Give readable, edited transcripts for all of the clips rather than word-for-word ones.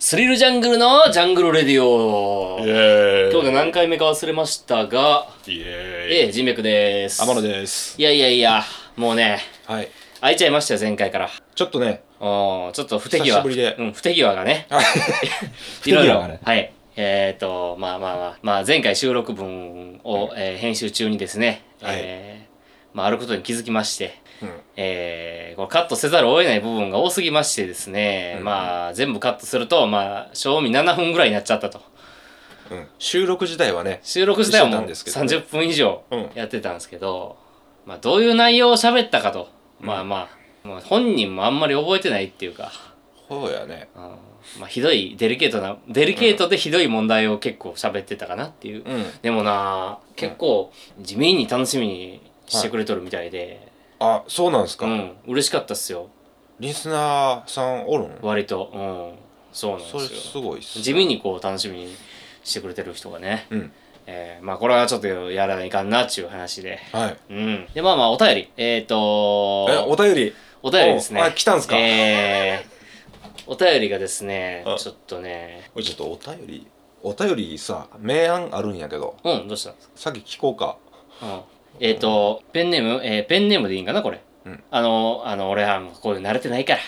スリルジャングルのジャングルレディオ。 イエーイ。 今日で何回目か忘れましたが、 イエーイ。 人脈です。 天野です。 いや、もうね、 はい。 空いちゃいましたよ、前回から。 ちょっとね、 ちょっと不手際。 久しぶりで。 不手際がね。 不手際がね。 はい。前回収録分を、編集中にですね、あることに気づきまして、これカットせざるを得ない部分が多すぎましてですね、全部カットすると、賞味7分ぐらいになっちゃったと。 収録自体はね、 収録自体はもう30分以上やってたんですけど、どういう内容を喋ったかと、もう本人もあんまり覚えてないっていうか、 そうやね。 ひどいデリケートでひどい問題を結構喋ってたかなっていう。でもな、結構地味に楽しみにしてくれとるみたいで、 あ、そうなんですか。 嬉しかったっすよ。 リスナーさんおるん？ 割と、そうなんですよ。 それすごいっすね。 地味にこう楽しみにしてくれてる人がね。これはちょっとやらないかんなっていう話で。 はい。 で、お便り。 お便りですね。 来たんすか？ お便りがですね、ちょっとね。 ちょっとお便りさ、明暗あるんやけど。 どうしたんですか？ さっき聞こうか。 ペンネームでいいんかなこれ。俺はこういう慣れてないから。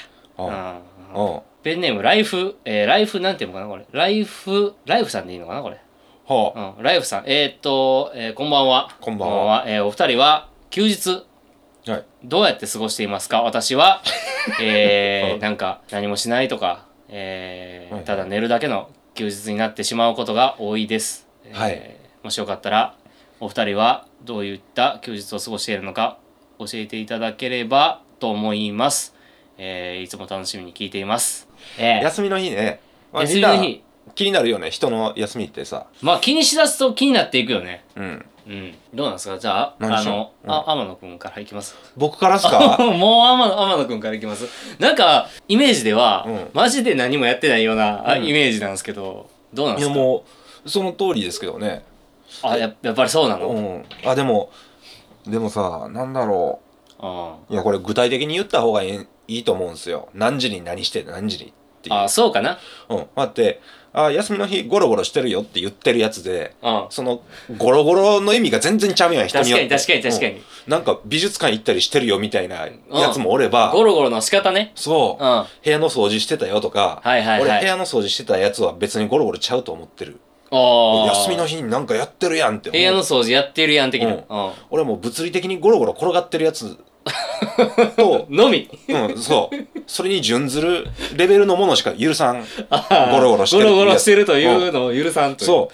ペンネームライフなんていうのかなこれ。ライフさんでいいのかなこれ。ライフさん。こんばんは。 こんばんは。 お二人は休日どうやって過ごしていますか？私はなんか何もしないとか、ただ寝るだけの休日になってしまうことが多いです。もしよかったらお二人はどういった休日を過ごしているのか教えていただければと思います。いつも楽しみに聞いています。 休みの日ね。 休みの日気になるよね、人の休みってさ。 気にしだすと気になっていくよね。どうなんですか？じゃあ天野くんからいきます。 僕からっすか？ もう天野くんからいきます。なんかイメージでは、マジで何もやってないような、イメージなんですけど、どうなんですか？ いやもうその通りですけどね。 やっぱりそうなの？ でもさ、なんだろう。いやこれ具体的に言った方がいいと思うんですよ。何時に何して何時にっていう。 そうかな。 待って、休みの日ゴロゴロしてるよって言ってるやつで、そのゴロゴロの意味が全然ちゃうやん、人によって。 確かに。 なんか美術館行ったりしてるよみたいなやつもおれば、 ゴロゴロの仕方ね。 そう、部屋の掃除してたよとか、俺部屋の掃除してたやつは別にゴロゴロちゃうと思ってる。休みの日になんかやってるやんって思う。 部屋の掃除やってるやん的な。 俺はもう物理的にゴロゴロ転がってるやつとのみ。 それに準ずるレベルのものしか許さん。ゴロゴロしてるというのを許さんという。 そう。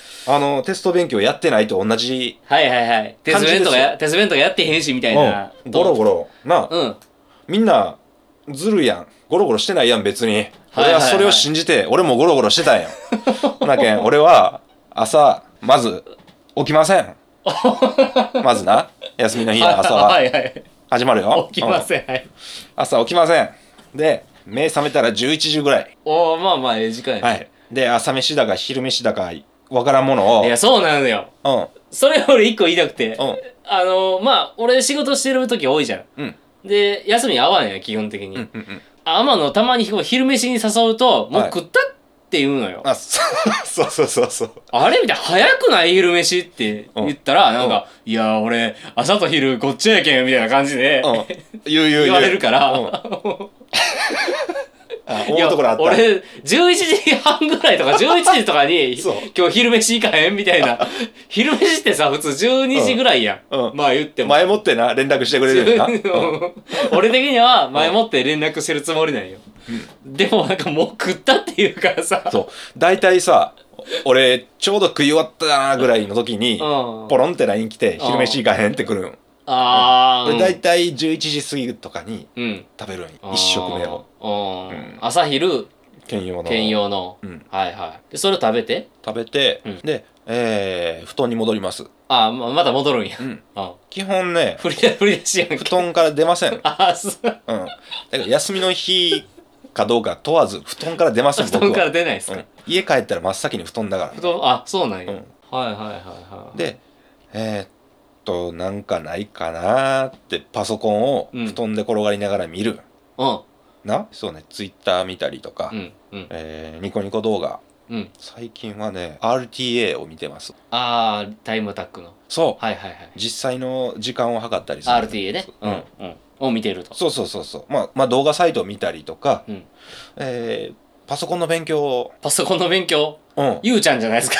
テスト勉強やってないと同じ。 テスト勉とかやってへんしみたいな。 ゴロゴロみんなずるやん。ゴロゴロしてないやん別に。俺はそれを信じて俺もゴロゴロしてたんや。だけん俺は朝まず起きません。まずな、休みの日の朝は始まるよ。 起きません。 朝起きません。で目覚めたら11時ぐらい。 時間や。で朝飯だか昼飯だかわからんものを。 いやそうなのよ。それ俺一個言いたくて、俺仕事してる時多いじゃん。で休み合わんや基本的に。天野たまに昼飯に誘うともう食ったって言うのよ。 そうあれみたいな、早くない昼飯って言ったらなんか、いや俺朝と昼こっちやけんみたいな感じで言われるから、 思うところあった。 俺11時半ぐらいとか11時とかに今日昼飯行かへんみたいな。昼飯ってさ普通12時ぐらいやん。言っても前もってな連絡してくれるよな。 俺的には前もって連絡してるつもりなんよ。でもなんかもう食ったっていうからさ。 そう大体さ、俺ちょうど食い終わったなぐらいの時にポロンって LINE 来て昼飯行かへんってくるん。大体11時過ぎとかに食べるん。1食目を。 朝昼兼用の。 でそれを食べてで布団に戻ります。 また戻るんや。 基本ね振り出しやん。 布団から出ません。だから休みの日かどうか問わず布団から出ません。 布団から出ないですか？ 家帰ったら真っ先に布団だから。 そうなんや。 でなんかないかなーってパソコンを布団で転がりながら見る。 そうね、ツイッター見たりとか、ニコニコ動画、最近はね RTA を見てます。 タイムアタックの。 そう、 はいはいはい。 実際の時間を測ったりする RTA ね。を見てると。 そうまあ動画サイトを見たりとか、パソコンの勉強を。 パソコンの勉強、ゆうちゃんじゃないですか。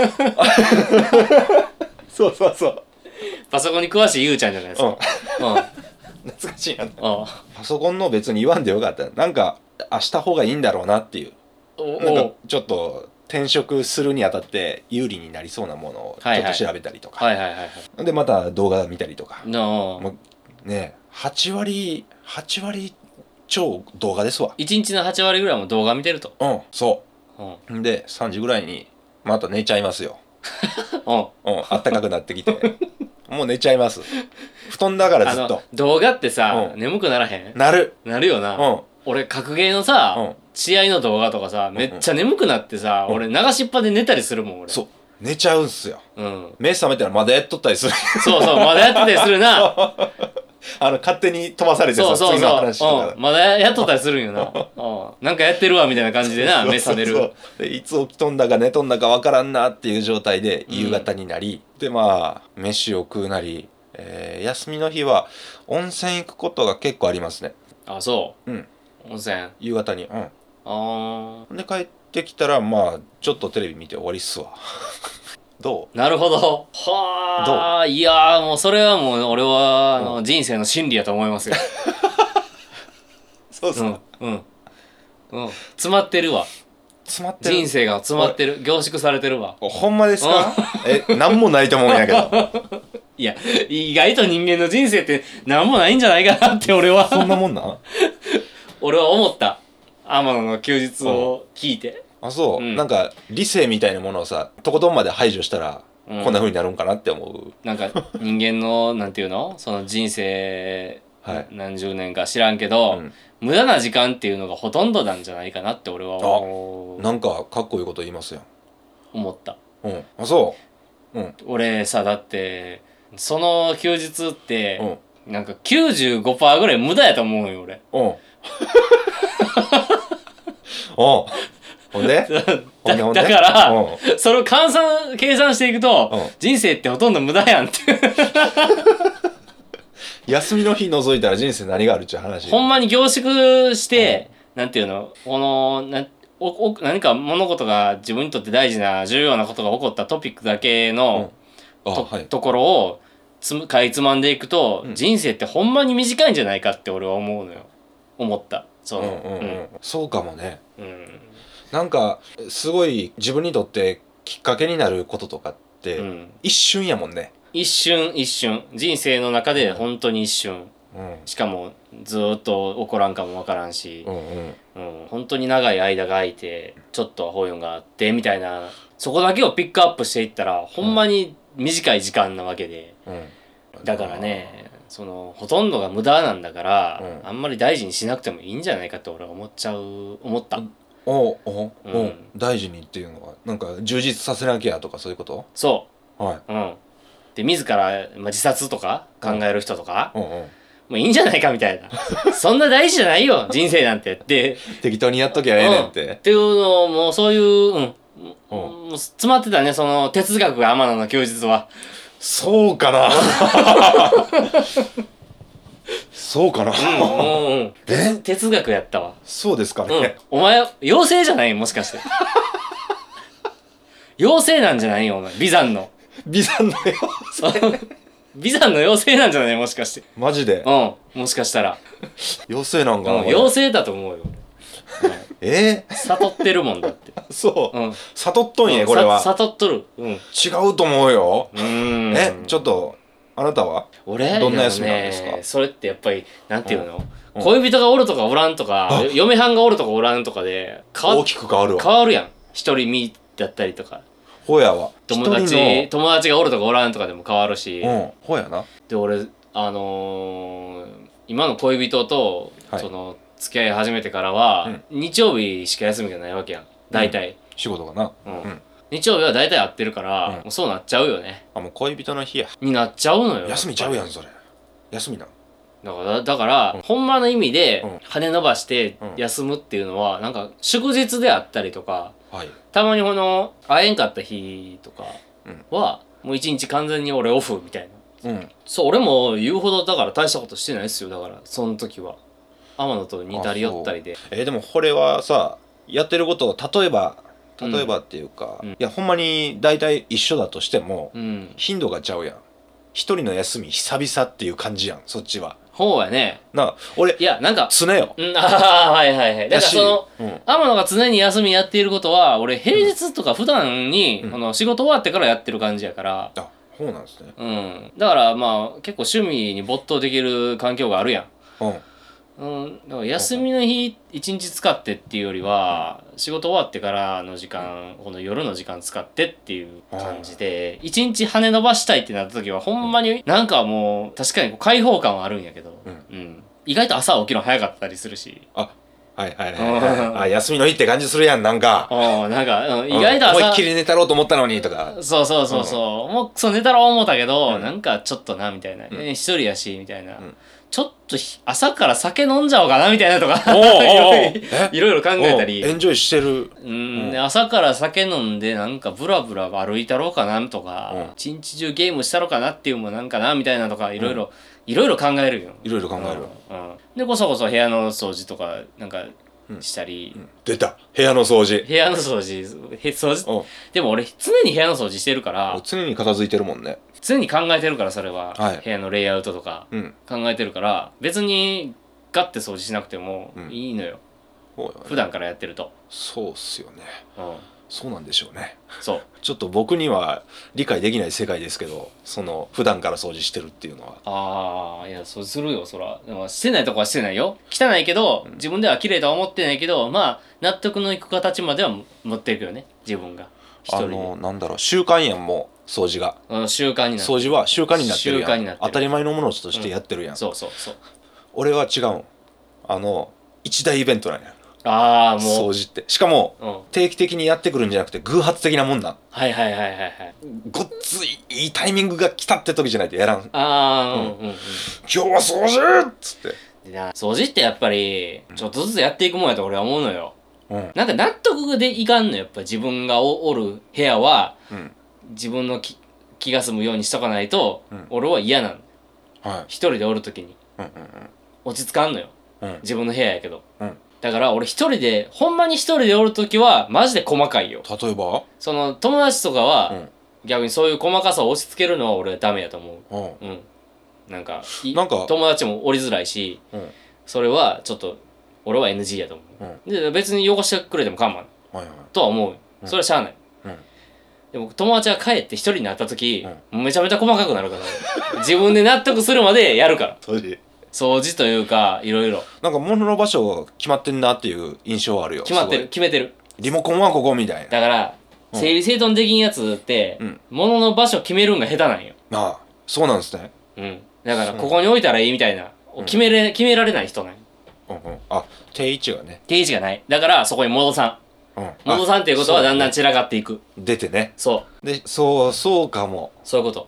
そうパソコンに詳しいゆうちゃんじゃないですか。 懐かしいな。パソコンの別に言わんでよかった。なんかした方がいいんだろうなっていう、なんかちょっと転職するにあたって有利になりそうなものをちょっと調べたりとか、でまた動画見たりとか、もうね、8割超動画ですわ。 1日の8割ぐらいも動画見てると。 そう、で3時ぐらいにまた寝ちゃいますよ。あったかくなってきてもう寝ちゃいます。布団だからずっと。 動画ってさ、眠くならへん？なるよな。俺格ゲーのさ、試合の動画とかさ、めっちゃ眠くなってさ、俺流しっぱで寝たりするもん。俺そう寝ちゃうんすよ。目覚めたらまだやっとったりする。 そうまだやってたりするな。 勝手に飛ばされてさ、次の話とかまだやっとったりするんよな。なんかやってるわみたいな感じでな、目覚める。 でいつ起きとんだか寝とんだかわからんなっていう状態で夕方になり、でまあ飯を食うなり、休みの日は温泉行くことが結構ありますね。 そう。温泉夕方に。で帰ってきたらまあちょっとテレビ見て終わりっすわ。どう？ なるほど。はあ。いやもうそれはもう俺は人生の真理やと思いますよ。 そうそう。 詰まってるわ。人生が詰まってる、凝縮されてるわ。 ほんまですか？なんもないと思うんやけど。 いや、意外と人間の人生ってなんもないんじゃないかなって俺は。 そんなもんな？ 俺は思った。天野の休日を聞いて。 そう、なんか理性みたいなものをさ、とことんまで排除したら、こんな風になるんかなって思う。 なんか人間のなんていうの、その人生、何十年か知らんけど、無駄な時間っていうのがほとんどなんじゃないかなって俺は思う。 なんかかっこいいこと言いますよ。 思った。 そう。 俺さ、だってその休日って、なんか 95% ぐらい無駄やと思うよ俺。ほんでだからそれを計算していくと、人生ってほとんど無駄やんって。 休みの日除いたら人生何があるっちゅう話。 ほんまに凝縮して、なんていうの、何か物事が自分にとって大事な重要なことが起こったトピックだけのところをかいつまんでいくと、人生ってほんまに短いんじゃないかって俺は思うのよ。思った。 そうかもね。なんかすごい自分にとってきっかけになることとかって、一瞬やもんね。 一瞬人生の中で本当に一瞬、しかもずっと起こらんかもわからんし、本当に長い間が空いてちょっと本があってみたいな、そこだけをピックアップしていったらほんまに短い時間なわけで、だからね、そのほとんどが無駄なんだから、あんまり大事にしなくてもいいんじゃないかって俺は思った。 大事にっていうのはなんか充実させなきゃとかそういうこと？ そう。で自ら、自殺とか考える人とか、もういいんじゃないかみたいな。そんな大事じゃないよ人生なんてって適当にやっときゃええねんって、 っていうのをもうそういう、もう詰まってたね、その哲学が天野の休日は。 そうかな。そうかな。 哲学やったわ。 そうですかね。 お前妖精じゃない？もしかして。妖精なんじゃないよお前。美山の妖精。 美山の妖精なんじゃない？もしかして。 マジで？ もしかしたら。 妖精なんかな。 妖精だと思うよ。悟ってるもんだって。 そう。悟っとんやこれは。 悟っとる。 違うと思うよ。ちょっとあなたは？ 俺どんな休みなんですか？ それってやっぱりなんていうの？恋人がおるとかおらんとか、嫁はんがおるとかおらんとかで大きく変わるわ。 変わるやん。一人身だったりとか。 ほやわ。 友達がおるとかおらんとかでも変わるし。 ほやな。 で俺今の恋人とその付き合い始めてからは日曜日しか休みがないわけやん大体。 仕事がな。 日曜日は大体会ってるからもうそうなっちゃうよね。 もう恋人の日やになっちゃうのよ。 休みちゃうやんそれ。休みな。 だから、ほんまの意味でうん羽伸ばしてうん休むっていうのはなんか祝日であったりとか、 はいたまに会えんかった日とかは、もう一日完全に俺オフみたいな。 うんそう、俺も言うほどだから大したことしてないっすよ。だからその時は天野と似たり寄ったりで。 でもこれはさやってることを例えばっていうか、いやほんまに大体一緒だとしても、頻度がちゃうやん。一人の休み久々っていう感じやんそっちは。 ほうやね。 俺いやなんか常よ。 はいはいはい。だから天野が常に休みやっていることは俺平日とか普段に、仕事終わってからやってる感じやから。 そうなんですね。だからまあ結構趣味に没頭できる環境があるやん。だから休みの日一日使ってっていうよりは、仕事終わってからの時間、この夜の時間使ってっていう感じで、一日羽伸ばしたいってなった時はほんまになんかもう確かに開放感はあるんやけど、意外と朝起きるの早かったりするし。 はいはいはい。休みの日って感じするやんなんか。 なんか意外と朝思いっきり寝たろうと思ったのにとか。 そうもうそう寝たら思ったけど、なんかちょっとなみたいな、一人やしみたいな。ちょっと朝から酒飲んじゃおうかなみたいなとかいろいろ考えたりエンジョイしてる。 朝から酒飲んでなんかブラブラ歩いたろうかなとか、一日中ゲームしたろうかなっていうもなんかなみたいなとかいろいろ考えるよ。 いろいろ考える。 でこそ部屋の掃除とかなんかしたり。 出た部屋の掃除。 でも俺常に部屋の掃除してるから。 常に片付いてるもんね。 常に考えてるからそれは、部屋のレイアウトとか考えてるから、別にガッて掃除しなくてもいいのよ、普段からやってると。 そうっすよね。そうなんでしょうね。 そうちょっと僕には理解できない世界ですけど、普段から掃除してるっていうのは。 いやそうするよそら。でもしてないとこはしてないよ。汚いけど、自分では綺麗とは思ってないけど、まあ納得のいく形までは持っていくよね自分が一人で。 なんだろう、習慣やん。もう掃除が習慣になってる。掃除は習慣になってるやん。当たり前のものとしてやってるやん。 そう俺は違う。一大イベントなんや。 もう掃除ってしかも、定期的にやってくるんじゃなくて偶発的なもんなん。 はいごっついいいタイミングが来たって時じゃないとやらん。今日は掃除っつって。 掃除ってやっぱりちょっとずつやっていくもんやと俺は思うのよ。なんか納得でいかんの。やっぱ自分がおる部屋は、自分の気が済むようにしとかないと、俺は嫌なの。一人でおる時に落ち着かんのよ、自分の部屋やけど。だから俺一人でほんまに一人でおる時はマジで細かいよ。 例えば友達とかは、逆にそういう細かさを押し付けるのは俺はダメやと思う。なんか友達もおりづらいし、それはちょっと俺は NG やと思う。で別に汚してくれても構わんとは思う。それはしゃあない。でも友達が帰って一人になった時、めちゃめちゃ細かくなるから自分で納得するまでやるから。掃除というかいろいろなんか物の場所決まってんなっていう印象はあるよ。 決めてる。 リモコンはここみたいな。 だから整理整頓できんやつって物の場所決めるんが下手なんよ。 そうなんですね。 だからここに置いたらいいみたいな決められない人なんよ。 定位置がね。 定位置がない。だからそこに戻さん。戻さんっていうことはだんだん散らかっていく。 出てね。 でそうかも。 そういうこと。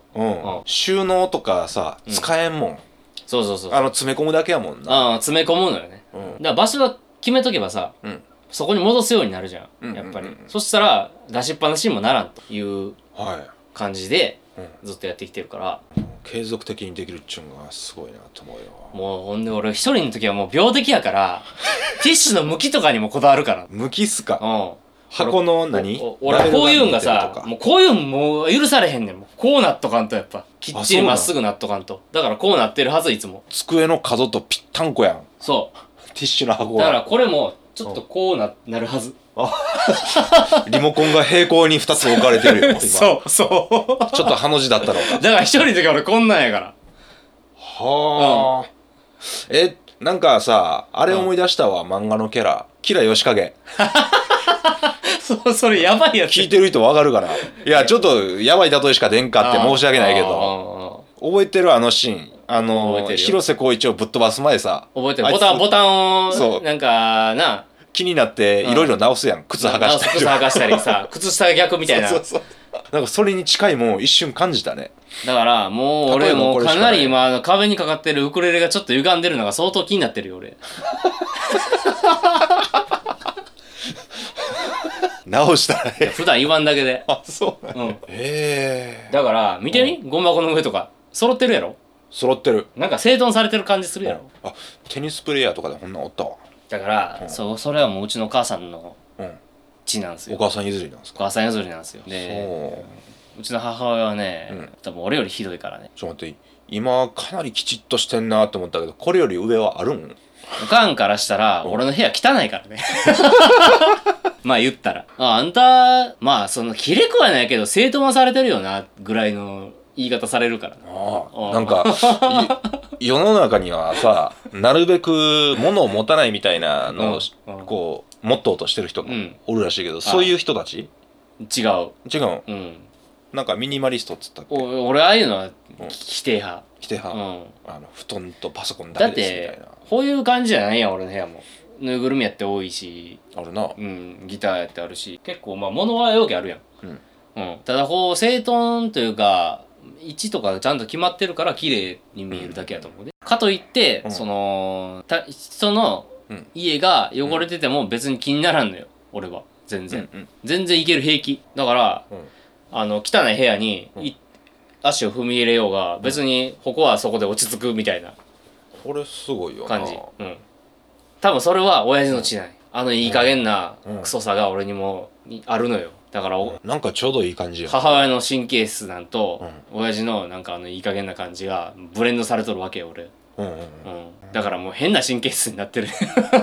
収納とかさ使えんもん。 そう詰め込むだけやもんな。 詰め込むのよね。だから場所は決めとけばさ、そこに戻すようになるじゃん、やっぱり。そしたら出しっぱなしにもならんという感じでずっとやってきてるから、 継続的にできるっちゅうのがすごいなと思うよ。 もうほんで俺一人の時はもう病的やからティッシュの向きとかにもこだわるから。 向きっすか。箱の何？ 俺こういうんがさ、もうこういうんもう許されへんねん。もうこうなっとかんと、やっぱきっちりまっすぐなっとかんと。だからこうなってるはずいつも。 机の角とぴったんこやん。 そうティッシュの箱が。 だからこれもちょっとこうなるはず。 リモコンが平行に2つ置かれてるよ今。 そうちょっとハの字だったのか。 だから一人の時俺こんなんやから。 なんかさ、あれ思い出したわ、漫画のキャラ吉影。 それやばいやつ。 聞いてる人わかるかな。いやちょっとやばい例えしか出んかって申し訳ないけど、覚えてるあのシーン。広瀬光一をぶっ飛ばす前さ、 覚えてる。ボタンをなんかな気になっていろいろ直すやん。靴剥がしたりさ靴下が逆みたいな。 なんかそれに近いもんを一瞬感じたね。 だからもう俺例えばもうかこれしかないなり今壁にかかってるウクレレがちょっと歪んでるのが相当気になってるよ俺。 直したらね。 普段言わんだけで。 あ、そうなんうん。 へえ。 だから見てみ、ゴミ箱の上とか揃ってるやろ。 揃ってる。 なんか整頓されてる感じするやろ。 あ、テニスプレイヤーとかでこんなんおったわ。 だから、それはもううちの母さんのうん。 血なんですよ。 お母さん譲りなんですか。 お母さん譲りなんですよ。で、うちの母親はね、多分俺よりひどいからね。 ちょっと待って、今かなりきちっとしてんなと思ったけど、これより上はあるん？ おかんからしたら、俺の部屋汚いからね。まあ言ったら。あんた、まあその、きれくはないけど、整頓はされてるよな、ぐらいの言い方されるからな。 なんか世の中にはさ、なるべく物を持たないみたいなのをこうモットーとしてる人がおるらしいけど、そういう人たち？ 違う。 違う。 うん。 なんかミニマリストっつったっけ？ 俺ああいうのは否定派。 否定派。 うん。 布団とパソコンだだっけですみたいてな。 こういう感じじゃないやん俺の部屋も。ぬいぐるみやって多いし、 あるな。 うん、ギターやってあるし、結構まあ物はよくあるやん。 うんうん。ただこう整頓というか位置とかちゃんと決まってるから綺麗に見えるだけやと思うね。かといって、その人の家が汚れてても別に気にならんのよ俺は。全然、全然いける平気だから、汚い部屋に足を踏み入れようが別にここはそこで落ち着くみたいなこれすごいよな感じ。うん多分それは親父の血ない。いい加減なクソさが俺にもあるのよ。だからなんかちょうどいい感じよ。 母親の神経質なんと、親父のなんかいい加減な感じがブレンドされとるわけよ俺。だからもう変な神経質になってる。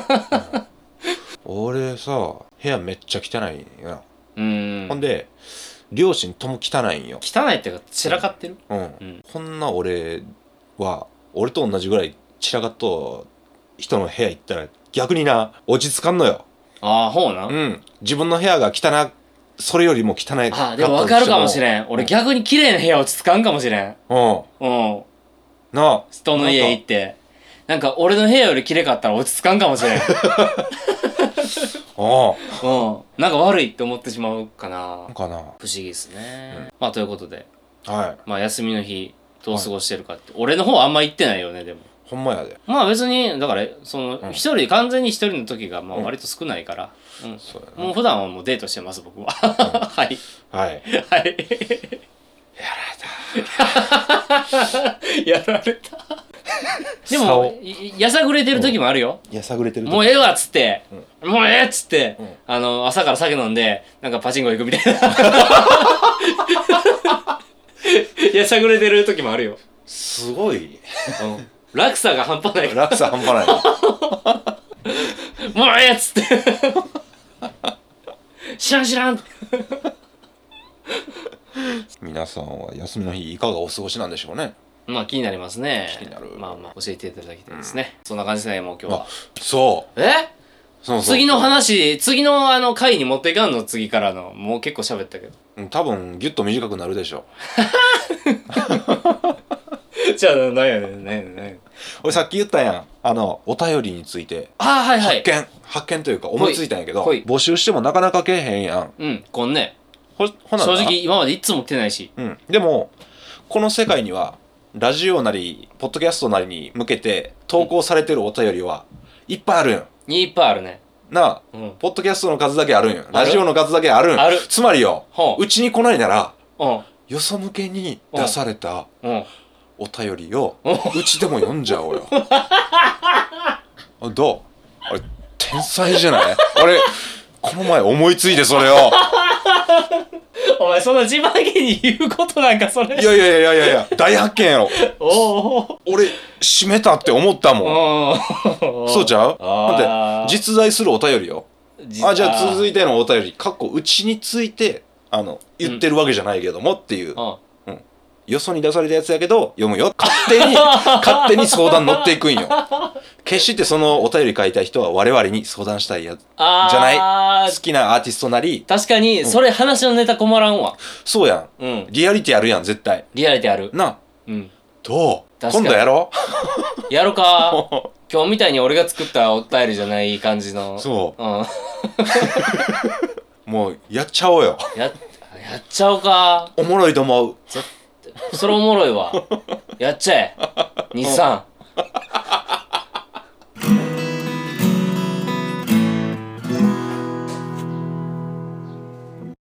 俺さ部屋めっちゃ汚いんよ。ほんでで両親とも汚いんよ。 汚いっていうか散らかってる。 こんな俺と同じぐらい散らかっと人の部屋行ったら逆にな落ち着かんのよ。 ああほうな。 自分の部屋がそれよりも汚いかったとしても。 でも分かるかもしれん。俺逆に綺麗な部屋落ち着かんかもしれん。 なあ人の家行ってなんか俺の部屋より綺麗かったら落ち着かんかもしれん。なんか悪いって思ってしまうかな。不思議ですね。まあということで、まあ休みの日どう過ごしてるかって、俺の方はあんま行ってないよねでも。 ほんまやで。 まあ別にだから完全に一人の時がまあ割と少ないから、もう普段はもうデートしてます僕は。はいはいはい。やられた。でもやさぐれてる時もあるよ。 やさぐれてる時もうええわっつって、もうええっつって、朝から酒飲んでなんかパチンコ行くみたいな。やさぐれてる時もあるよ。 すごい。 落差が半端ない。 落差半端ない。 もうええっつって。知らん知らん。 皆さんは休みの日いかがお過ごしなんでしょうね。 まあ気になりますね。 気になる。 まあまあ教えていただきたいですね。そんな感じですねもう今日は。 そう次の話次の回に持っていかんの次からのもう結構喋ったけど。 多分ギュッと短くなるでしょう。じゃあ何やねん俺さっき言ったやんお便りについて発見というか思いついたんやけど募集してもなかなかけえへんやん。 こんね正直今までいつも来てないし。 でもこの世界にはラジオなりポッドキャストなりに向けて投稿されてるお便りはいっぱいあるんよ。 いっぱいあるね。 なあ、ポッドキャストの数だけあるんよ。ラジオの数だけあるん。つまりよ、うちに来ないならよそ向けに出されたお便りをうちでも読んじゃおうよ。どう？あれ天才じゃない？俺この前思いついてそれを。 お前そんな自慢げに言うことなんかそれ。 いや大発見やろ。俺閉めたって思ったもん。そうちゃう？だって実在するお便りよ。じゃあ続いてのお便りうちについて言ってるわけじゃないけどもっていう、よそに出されたやつやけど読むよ。勝手に相談乗っていくんよ。決してそのお便り書いた人は我々に相談したいやつじゃない。好きなアーティストなり。 確かにそれ話のネタ困らんわ。 そうやん、リアリティあるやん絶対。 リアリティあるな。どう？今度やろう。やろか。今日みたいに俺が作ったお便りじゃない感じの。 そう。もうやっちゃおうよ。 ややっちゃおうか。 おもろいと思う。 それおもろいわ。やっちゃえ。日産。